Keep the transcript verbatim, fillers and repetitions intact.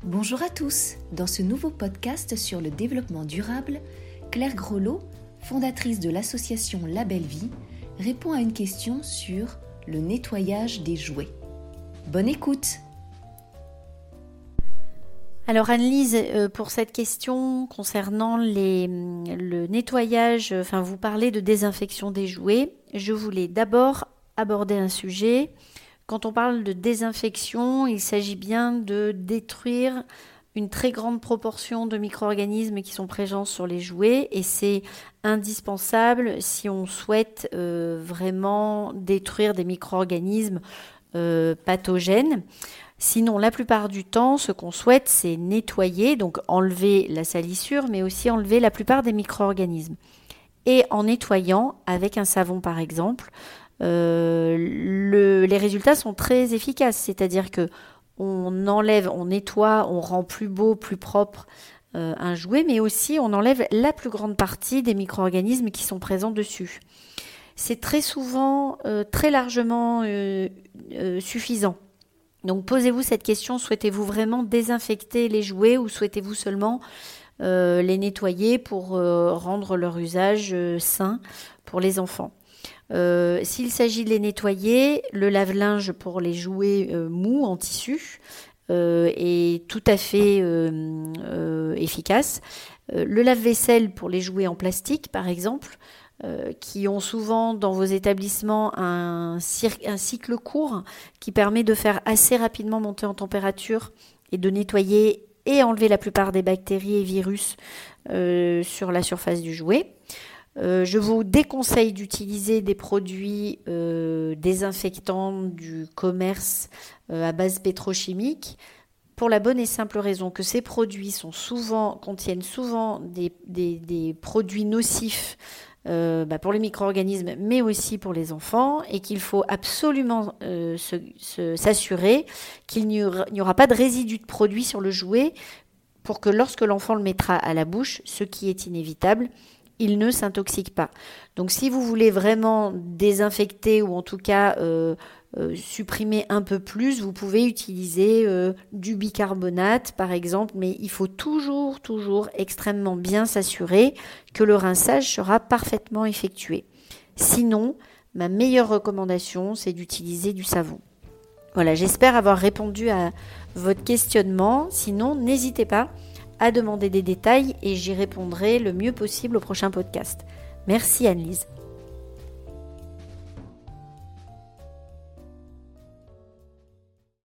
Bonjour à tous. Dans ce nouveau podcast sur le développement durable, Claire Grelot, fondatrice de l'association La Belle Vie, répond à une question sur le nettoyage des jouets. Bonne écoute. Alors Anne-Lise, euh, pour cette question concernant les, le nettoyage, enfin vous parlez de désinfection des jouets, je voulais d'abord aborder un sujet. Quand on parle de désinfection, il s'agit bien de détruire une très grande proportion de micro-organismes qui sont présents sur les jouets et c'est indispensable si on souhaite euh, vraiment détruire des micro-organismes euh, pathogènes. Sinon, la plupart du temps, ce qu'on souhaite, c'est nettoyer, donc enlever la salissure, mais aussi enlever la plupart des micro-organismes. Et en nettoyant, avec un savon par exemple, euh, le, les résultats sont très efficaces. C'est-à-dire que on enlève, on nettoie, on rend plus beau, plus propre euh, un jouet, mais aussi on enlève la plus grande partie des micro-organismes qui sont présents dessus. C'est très souvent, euh, très largement euh, euh, suffisant. Donc posez-vous cette question, souhaitez-vous vraiment désinfecter les jouets ou souhaitez-vous seulement euh, les nettoyer pour euh, rendre leur usage euh, sain pour les enfants. Euh, s'il s'agit de les nettoyer, le lave-linge pour les jouets euh, mous en tissu euh, est tout à fait euh, euh, efficace. Euh, le lave-vaisselle pour les jouets en plastique par exemple, Euh, qui ont souvent dans vos établissements un, cir- un cycle court qui permet de faire assez rapidement monter en température et de nettoyer et enlever la plupart des bactéries et virus euh, sur la surface du jouet. Euh, je vous déconseille d'utiliser des produits euh, désinfectants du commerce euh, à base pétrochimique pour la bonne et simple raison que ces produits sont souvent, contiennent souvent des, des, des produits nocifs Euh, bah pour les micro-organismes, mais aussi pour les enfants, et qu'il faut absolument euh, se, se, s'assurer qu'il n'y aura, n'y aura pas de résidus de produits sur le jouet pour que lorsque l'enfant le mettra à la bouche, ce qui est inévitable, il ne s'intoxique pas. Donc si vous voulez vraiment désinfecter ou en tout cas euh, euh, supprimer un peu plus, vous pouvez utiliser euh, du bicarbonate par exemple, mais il faut toujours, toujours extrêmement bien s'assurer que le rinçage sera parfaitement effectué. Sinon, ma meilleure recommandation, c'est d'utiliser du savon. Voilà, j'espère avoir répondu à votre questionnement. Sinon, n'hésitez pas à demander des détails et j'y répondrai le mieux possible au prochain podcast. Merci Anne-Lise.